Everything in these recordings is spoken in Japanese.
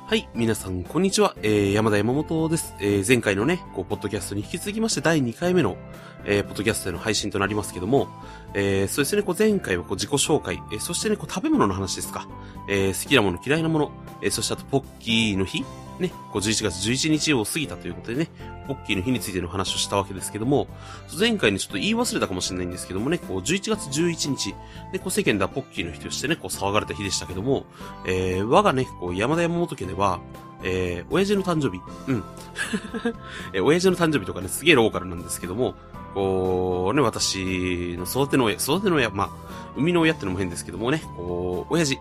はい、皆さん、こんにちは。山田山本です。前回のね、ポッドキャストに引き続きまして、第2回目の、ポッドキャストでの配信となりますけども、そうですね、前回は自己紹介、そしてね、食べ物の話ですか。好きなもの、嫌いなもの、そしてあと、ポッキーの日ね、11月11日を過ぎたということでね、ポッキーの日についての話をしたわけですけども、前回にちょっと言い忘れたかもしれないんですけどもね、11月11日、で、世間ではポッキーの日としてね、騒がれた日でしたけども、我がね、山田山本家では、親父の誕生日、親父の誕生日とかね、すげえローカルなんですけども、私の育ての親、まあ、生みの親ってのも変ですけどもね、親父、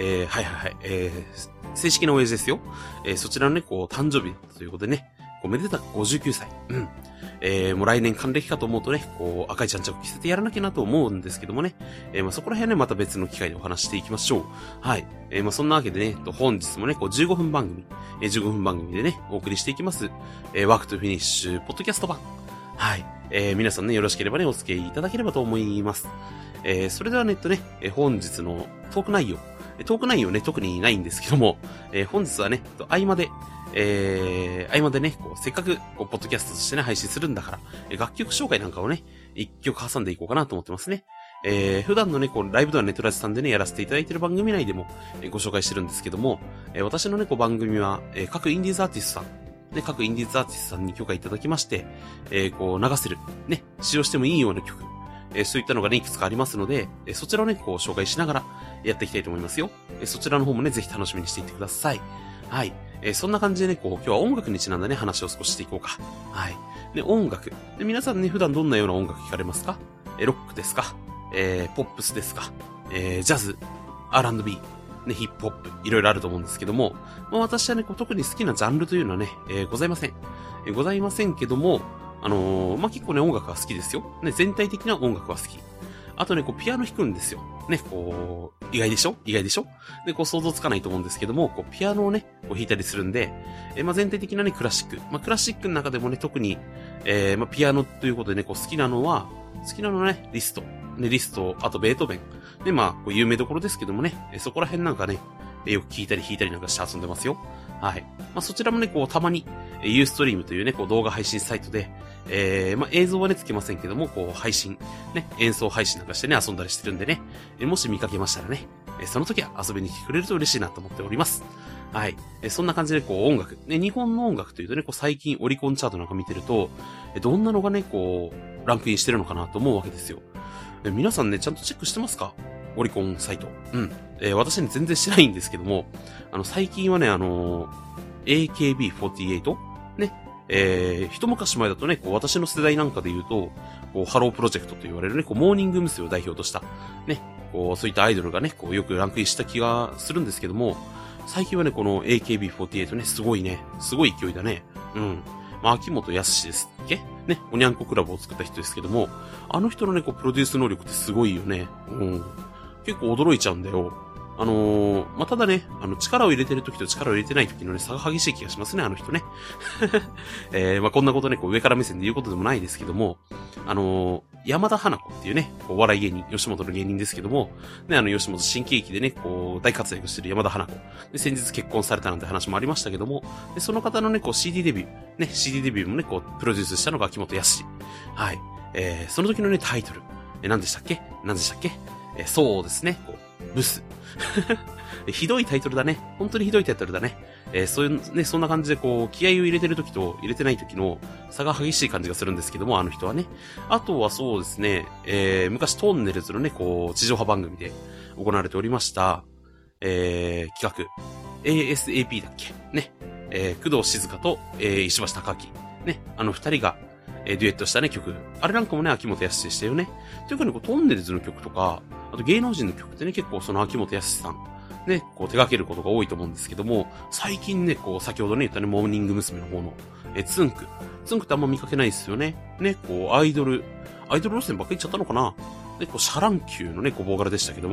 正式な親父ですよ。そちらのね、誕生日ということでね、めでたく59歳。もう来年還暦かと思うとね、赤いちゃんちゃく着せてやらなきゃなと思うんですけどもね。そこら辺はね、また別の機会でお話していきましょう。はい。そんなわけでね、本日もね、15分番組、15分番組でね、お送りしていきます。ワークトゥフィニッシュ、ポッドキャスト版。はい。皆さんね、よろしければね、お付き合いいただければと思います。それではね、本日のトーク内容ね、特にないんですけども、本日はね、合間でね、せっかく、ポッドキャストとしてね、配信するんだから、楽曲紹介なんかをね、一曲挟んでいこうかなと思ってますね。普段のね、ライブドアネットラジさんでね、やらせていただいている番組内でも、ご紹介してるんですけども、私のね、番組は、各インディーズアーティストさん、ね、各インディーズアーティストさんに許可いただきまして、流せる、ね、使用してもいいような曲、そういったのがね、いくつかありますので、そちらをね、紹介しながらやっていきたいと思いますよ。そちらの方もね、ぜひ楽しみにしていってください。はい。そんな感じでね、今日は音楽にちなんだね、話を少ししていこうか。はい。で、音楽。で、皆さんね、普段どんなような音楽聴かれますか？ロックですか？ポップスですか？ジャズ、R&B、ね、ヒップホップ、いろいろあると思うんですけども、私はね、特に好きなジャンルというのはね、ございません。ございませんけども、結構ね、音楽は好きですよ。ね、全体的な音楽は好き。あとね、ピアノ弾くんですよ。ね、意外でしょで、想像つかないと思うんですけども、ピアノをね、弾いたりするんで、全体的なね、クラシック。クラシックの中でもね、特に、ピアノということでね、好きなのはね、リスト。ね、リスト、あとベートーベン。で、有名どころですけどもね、そこら辺なんかね、よく聴いたり弾いたりなんかして遊んでますよ。はい。そちらもね、たまに、ユーストリームというね、動画配信サイトで、映像はね、つけませんけども、配信、ね、演奏配信なんかしてね、遊んだりしてるんでね、もし見かけましたらね、その時は遊びに来てくれると嬉しいなと思っております。はい。そんな感じで、音楽。ね、日本の音楽というとね、最近オリコンチャートなんか見てると、どんなのがね、ランクインしてるのかなと思うわけですよ。皆さんね、ちゃんとチェックしてますか？オリコンサイト。私ね、全然してないんですけども、最近はね、AKB48? ね、一昔前だとね、私の世代なんかで言うと、ハロープロジェクトと言われるね、モーニング娘。を代表とした、ね、そういったアイドルがね、よくランクインした気がするんですけども、最近はね、この AKB48 ね、すごい勢いだね。秋元康ですっけね、おにゃんこクラブを作った人ですけども、あの人のね、プロデュース能力ってすごいよね。結構驚いちゃうんだよ。ただね、力を入れてる時と力を入れてない時のね、差が激しい気がしますね、あの人ね。こんなことね、上から目線で言うことでもないですけども、山田花子っていうね、お笑い芸人、吉本の芸人ですけども、ね、吉本新喜劇でね、大活躍してる山田花子。で、先日結婚されたなんて話もありましたけども、で、その方のね、CD デビュー、ね、CD デビューもね、プロデュースしたのが秋元康。はい。その時のね、タイトル、何でしたっけそうですね、ブス。ひどいタイトルだね。本当にひどいタイトルだね。そういうね、そんな感じで気合を入れてる時と入れてない時の差が激しい感じがするんですけども、あの人はね。あとはそうですね、昔トンネルズのね、地上波番組で行われておりました、企画、ASAP だっけね。工藤静香と、石橋貴明。ね、二人が、デュエットしたね、曲。あれなんかもね、秋元康でしたよね。というかね、トンネルズの曲とか、あと芸能人の曲ってね、結構その秋元康さん、ね、手掛けることが多いと思うんですけども、最近ね、先ほどね、言ったね、モーニング娘。の方の、つんくってあんま見かけないですよね。ね、アイドル路線ばっかり行っちゃったのかな。で、シャランキューのね、ボーカルでしたけども、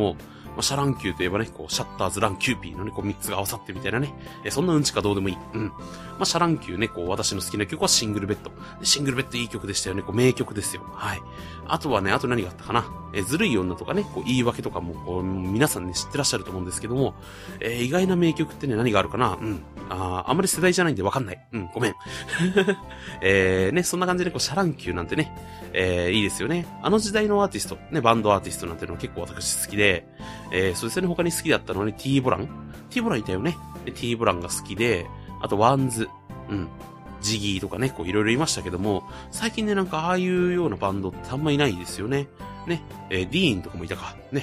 シャランキューといえばね、こう、シャッターズランキューピーのね、こう3つが合わさってみたいなね、そんなうんちかどうでもいい。シャランキューね、こう、私の好きな曲はシングルベッド。シングルベッドいい曲でしたよね、こう、名曲ですよ。はい。あとはね、あと何があったかな。ずるい女とかね、こう、言い訳とかも、こう、皆さんね、知ってらっしゃると思うんですけども、意外な名曲ってね、何があるかな。あんまり世代じゃないんでわかんない。ごめん。ね、そんな感じで、こう、シャランキューなんてね、いいですよね。あの時代のアーティスト、ね、バンドアーティストなんての結構私好きで、そうですね、他に好きだったのはね、T ボランいたよね。T ボランが好きで、あとワンズ、ジギーとかね、こういろいろいましたけども、最近ね、なんかああいうようなバンドってあんまいないですよね。ね、ディーンとかもいたか。ね。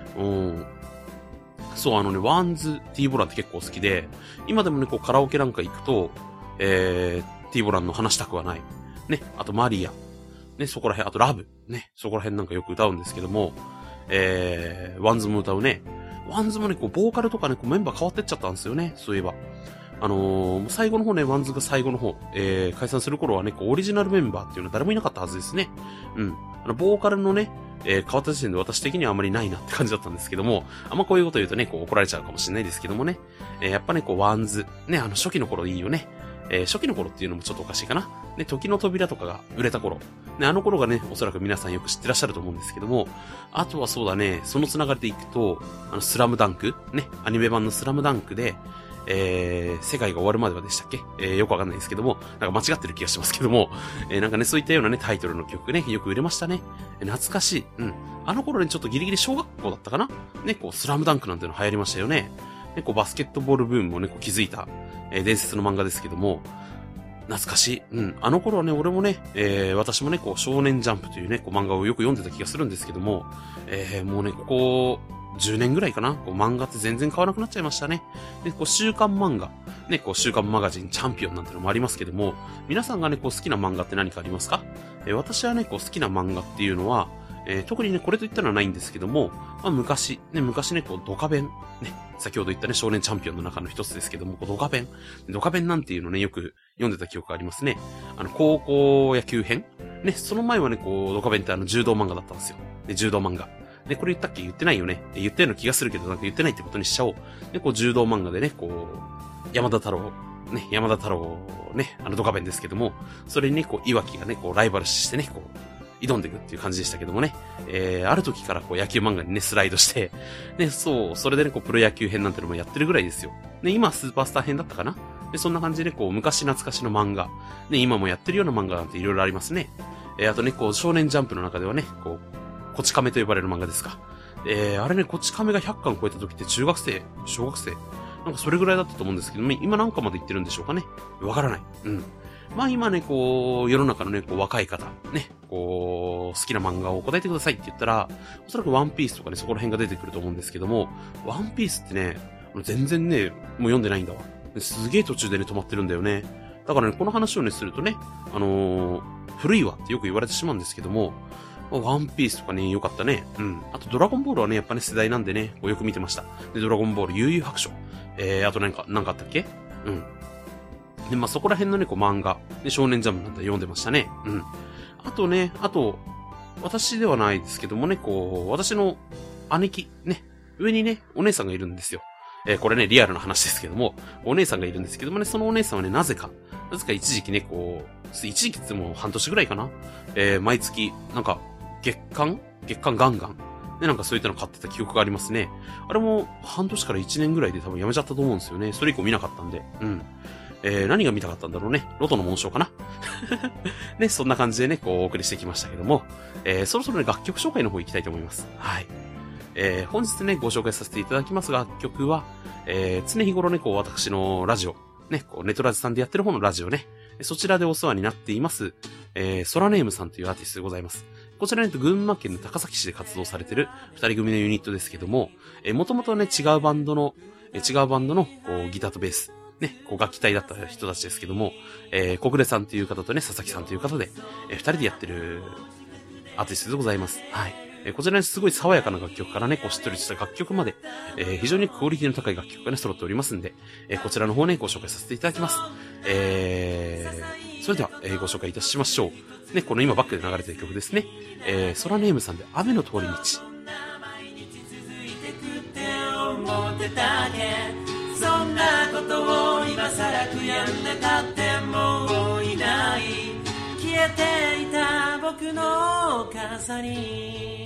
そう、ワンズ、T ボランって結構好きで、今でもね、こうカラオケなんか行くと、T ボランの話したくはない。ね、あとマリア。ね、そこら辺、あとラブ。ね、そこら辺なんかよく歌うんですけども、ワンズも歌うね。ワンズもね、こう、ボーカルとかね、こうメンバー変わってっちゃったんですよね、そういえば。最後の方ね、ワンズが最後の方、解散する頃はね、こう、オリジナルメンバーっていうのは誰もいなかったはずですね。ボーカルのね、変わった時点で私的にはあんまりないなって感じだったんですけども、あんまこういうこと言うとね、こう怒られちゃうかもしれないですけどもね、やっぱね、こう、ワンズ、ね、初期の頃いいよね。初期の頃っていうのもちょっとおかしいかな。ね、時の扉とかが売れた頃。ね、あの頃がね、おそらく皆さんよく知ってらっしゃると思うんですけども、あとはそうだね、そのつながりでいくと、スラムダンクね、アニメ版のスラムダンクで、世界が終わるまではでしたっけよくわかんないですけども、なんか間違ってる気がしますけども、なんかね、そういったようなね、タイトルの曲ね、よく売れましたね。懐かしい。あの頃ね、ちょっとギリギリ小学校だったかなね、こう、スラムダンクなんての流行りましたよね。ね、こう、バスケットボールブームをね、こう、築いた、伝説の漫画ですけども、懐かしい。あの頃はね、俺もね、私もね、こう、少年ジャンプというね、こう、漫画をよく読んでた気がするんですけども、もうね、ここ、10年ぐらいかな、こう、漫画って全然買わなくなっちゃいましたね。で、こう、週刊漫画、ね、こう、週刊マガジンチャンピオンなんてのもありますけども、皆さんがね、こう、好きな漫画って何かありますか？私はね、こう、好きな漫画っていうのは、特にね、これといったのはないんですけども、昔ね、こう、ドカベン、ね、先ほど言ったね、少年チャンピオンの中の一つですけども、こうドカベンなんていうのね、よく読んでた記憶がありますね。高校野球編ね、その前はね、こう、ドカベンって柔道漫画だったんですよ。ね、柔道漫画。ね、これ言ったっけ？言ってないよね。言ったような気がするけど、なんか言ってないってことにしちゃおう。で、こう、柔道漫画でね、こう、山田太郎、ね、ドカベンですけども、それにね、こう、岩木がね、こう、ライバル視してね、こう、挑んでいくっていう感じでしたけどもね。ある時からこう野球漫画にね、スライドして、ね、そう、それでね、こう、プロ野球編なんてのもやってるぐらいですよ。ね、今はスーパースター編だったかな？で、そんな感じでこう、昔懐かしの漫画。ね、今もやってるような漫画なんていろいろありますね。あとね、こう、少年ジャンプの中ではね、こう、こち亀と呼ばれる漫画ですか。あれね、こち亀が100巻超えた時って中学生、小学生なんかそれぐらいだったと思うんですけども、今何巻まで行ってるんでしょうかね。わからない。今ね、こう、世の中のね、こう、若い方、ね、こう、好きな漫画を答えてくださいって言ったら、おそらくワンピースとかね、そこら辺が出てくると思うんですけども、ワンピースってね、全然ね、もう読んでないんだわ。すげえ途中でね、止まってるんだよね。だからね、この話をね、するとね、古いわってよく言われてしまうんですけども、ワンピースとかね、良かったね。あと、ドラゴンボールはね、やっぱね、世代なんでね、よく見てました。で、ドラゴンボール、悠々白書。あとなんかあったっけ？で、そこら辺のね、こう漫画、で、少年ジャンプなんて読んでましたね。あと、私ではないですけどもね、こう、私の姉貴、ね、上にね、お姉さんがいるんですよ。これね、リアルな話ですけども、お姉さんがいるんですけどもね、そのお姉さんはね、なぜか一時期ね、こう、一時期ってもう半年ぐらいかな。毎月、なんか、月刊ガンガン。で、なんかそういったの買ってた記憶がありますね。あれも半年から1年ぐらいで多分やめちゃったと思うんですよね。それ以降見なかったんで。何が見たかったんだろうね。ロトの紋章かなね、そんな感じでね、こうお送りしてきましたけども、そろそろね、楽曲紹介の方行きたいと思います。はい。本日ね、ご紹介させていただきます楽曲は、常日頃ね、こう私のラジオ、ね、こうネトラジさんでやってる方のラジオね、そちらでお世話になっています、ソラネームさんというアーティストでございます。こちらね、群馬県の高崎市で活動されてる二人組のユニットですけども、もともとね、違うバンドの、こう、ギターとベース、ね、こう楽器隊だった人たちですけども、小暮さんという方とね、佐々木さんという方で、二人でやってるアーティストでございます。はい。こちらにすごい爽やかな楽曲からね、こうしっとりした楽曲まで、非常にクオリティの高い楽曲がね、揃っておりますんで、こちらの方ね、ご紹介させていただきます。それでは、ご紹介いたしましょう。ね、この今バックで流れている曲ですね。ソラネームさんで雨の通り道。 ってたけ。そんなことを今さら悔やんでたってもういない。消えていた僕の傘に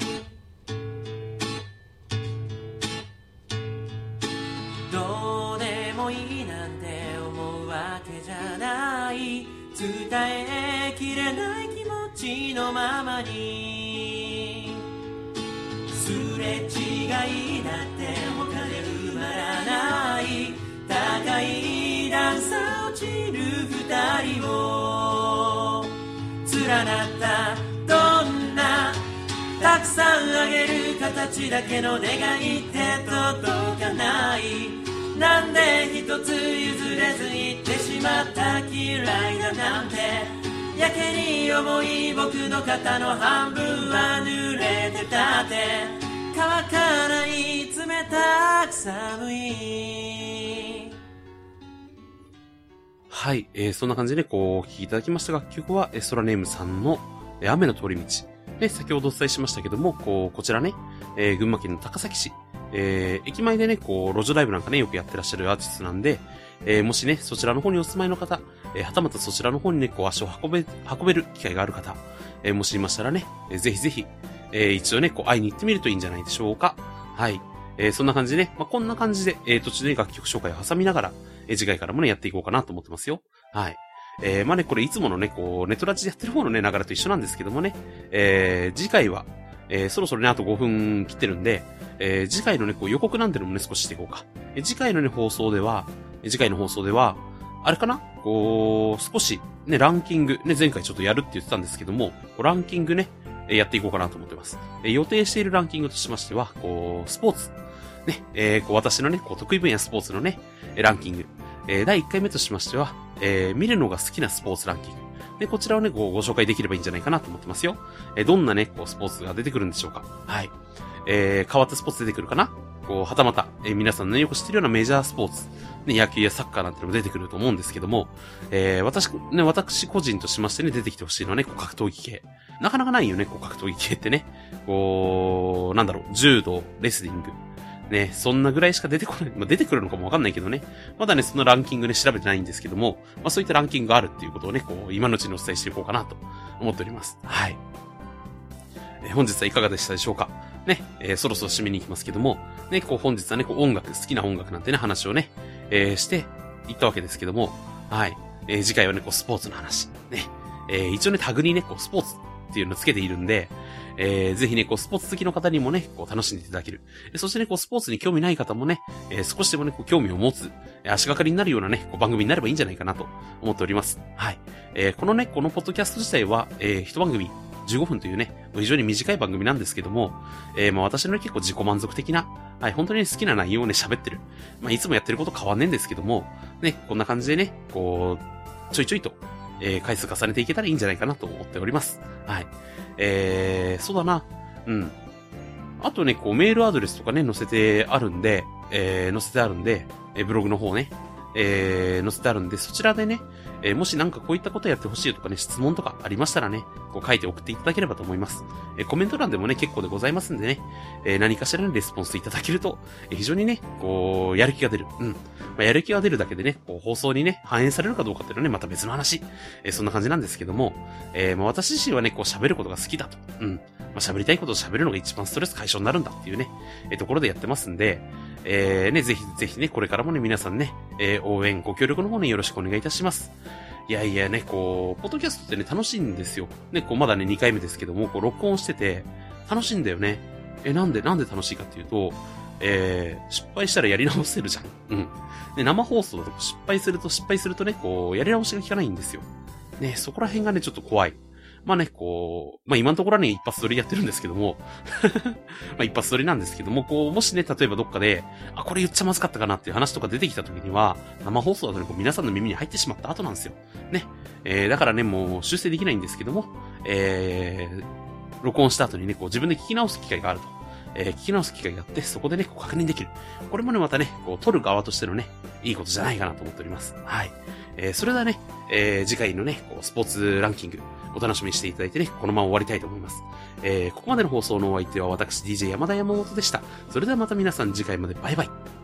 どうでもいいなんて思うわけじゃない。伝えきれない気持ちのままにすれ違いだって他で埋まらない高い段差落ちる二人を連なったどんなたくさんあげる形だけの願いって届かない。なんで一つ譲れず言ってしまった嫌いだなんてやけに重い僕の肩の半分は濡れてたって乾かない冷たく寒い。 はい、そんな感じでお聴きいただきました楽曲は、ソラネームさんの、雨の通り道。で、先ほどお伝えしましたけども、こちらね、群馬県の高崎市、駅前でね、路上ライブなんかね、よくやってらっしゃるアーティストなんで、もしね、そちらの方にお住まいの方、はたまたそちらの方にね、足を運べる機会がある方、もしいましたらね、ぜひぜひ、一度ね、会いに行ってみるといいんじゃないでしょうか。はい。そんな感じでね、こんな感じで、途中で楽曲紹介を挟みながら、次回からもね、やっていこうかなと思ってますよ。はい。これいつものね、ネトラジでやってる方のね、流れと一緒なんですけどもね、次回は、そろそろね、あと5分切ってるんで、次回のね、予告なんてのもね、少ししていこうか。次回の放送では、あれかな少し、ね、ランキング、ね、前回ちょっとやるって言ってたんですけども、ランキングね、やっていこうかなと思ってます。予定しているランキングとしましては、スポーツ。ね、私のね、得意分野スポーツのね、ランキング。第1回目としましては、見るのが好きなスポーツランキング。で、こちらをね、ご紹介できればいいんじゃないかなと思ってますよ。どんなね、スポーツが出てくるんでしょうか。はい。変わったスポーツ出てくるかなはたまた、皆さんのよく知ってるようなメジャースポーツ。ね、野球やサッカーなんてのも出てくると思うんですけども、私個人としましてね、出てきてほしいのはね、格闘技系。なかなかないよね、格闘技系ってね。柔道、レスリング。ね、そんなぐらいしか出てこない。出てくるのかもわかんないけどね。まだね、そのランキングね、調べてないんですけども、そういったランキングがあるっていうことをね、今のうちにお伝えしていこうかなと思っております。はい。本日はいかがでしたでしょうかね、そろそろ締めに行きますけども、ね、本日はね、音楽、好きな音楽なんてね、話をね、していったわけですけども、はい。次回はね、スポーツの話。ね。一応ね、タグにね、スポーツっていうのをつけているんで、ぜひね、スポーツ好きの方にもね、楽しんでいただける。そしてね、スポーツに興味ない方もね、少しでもね、興味を持つ、足がかりになるようなね、番組になればいいんじゃないかなと思っております。はい。このポッドキャスト自体は、一番組15分というね、非常に短い番組なんですけども、私のね、結構自己満足的な、はい、本当に好きな内容をね、喋ってる。いつもやってること変わんねえんですけども、ね、こんな感じでね、ちょいちょいと、回数重ねていけたらいいんじゃないかなと思っております。はい。そうだな。うん。あとね、メールアドレスとかね、載せてあるんで、ブログの方ね、載せてあるんで、そちらでね、もしなんかこういったことやってほしいとかね、質問とかありましたらね、書いて送っていただければと思います。コメント欄でもね、結構でございますんでね、何かしらのレスポンスいただけると、非常にね、やる気が出る。うん。やる気が出るだけでね、放送にね、反映されるかどうかっていうのはね、また別の話。そんな感じなんですけども、私自身はね、喋ることが好きだと。うん。喋りたいことを喋るのが一番ストレス解消になるんだっていうね、ところでやってますんで、ね、ぜひね、これからもね、皆さんね、応援、ご協力の方ね、よろしくお願いいたします。いやいやね、ポッドキャストってね、楽しいんですよ。ね、まだね、2回目ですけども、録音してて、楽しいんだよね。なんで楽しいかっていうと、失敗したらやり直せるじゃん。うん。ね、生放送だと失敗するとね、やり直しが効かないんですよ。ね、そこら辺がね、ちょっと怖い。今のところはね、一発撮りやってるんですけども、一発撮りなんですけども、もしね、例えばどっかで、これ言っちゃまずかったかなっていう話とか出てきた時には、生放送だとね、皆さんの耳に入ってしまった後なんですよ。ね。だからね、もう修正できないんですけども、録音した後にね、自分で聞き直す機会があると。聞き直す機会があって、そこでね、確認できる。これもね、またね、撮る側としてのね、いいことじゃないかなと思っております。はい。それではね、次回のね、スポーツランキング、お楽しみにしていただいてね、このまま終わりたいと思います。ここまでの放送のお相手は私、DJ 山田山本でした。それではまた皆さん次回までバイバイ。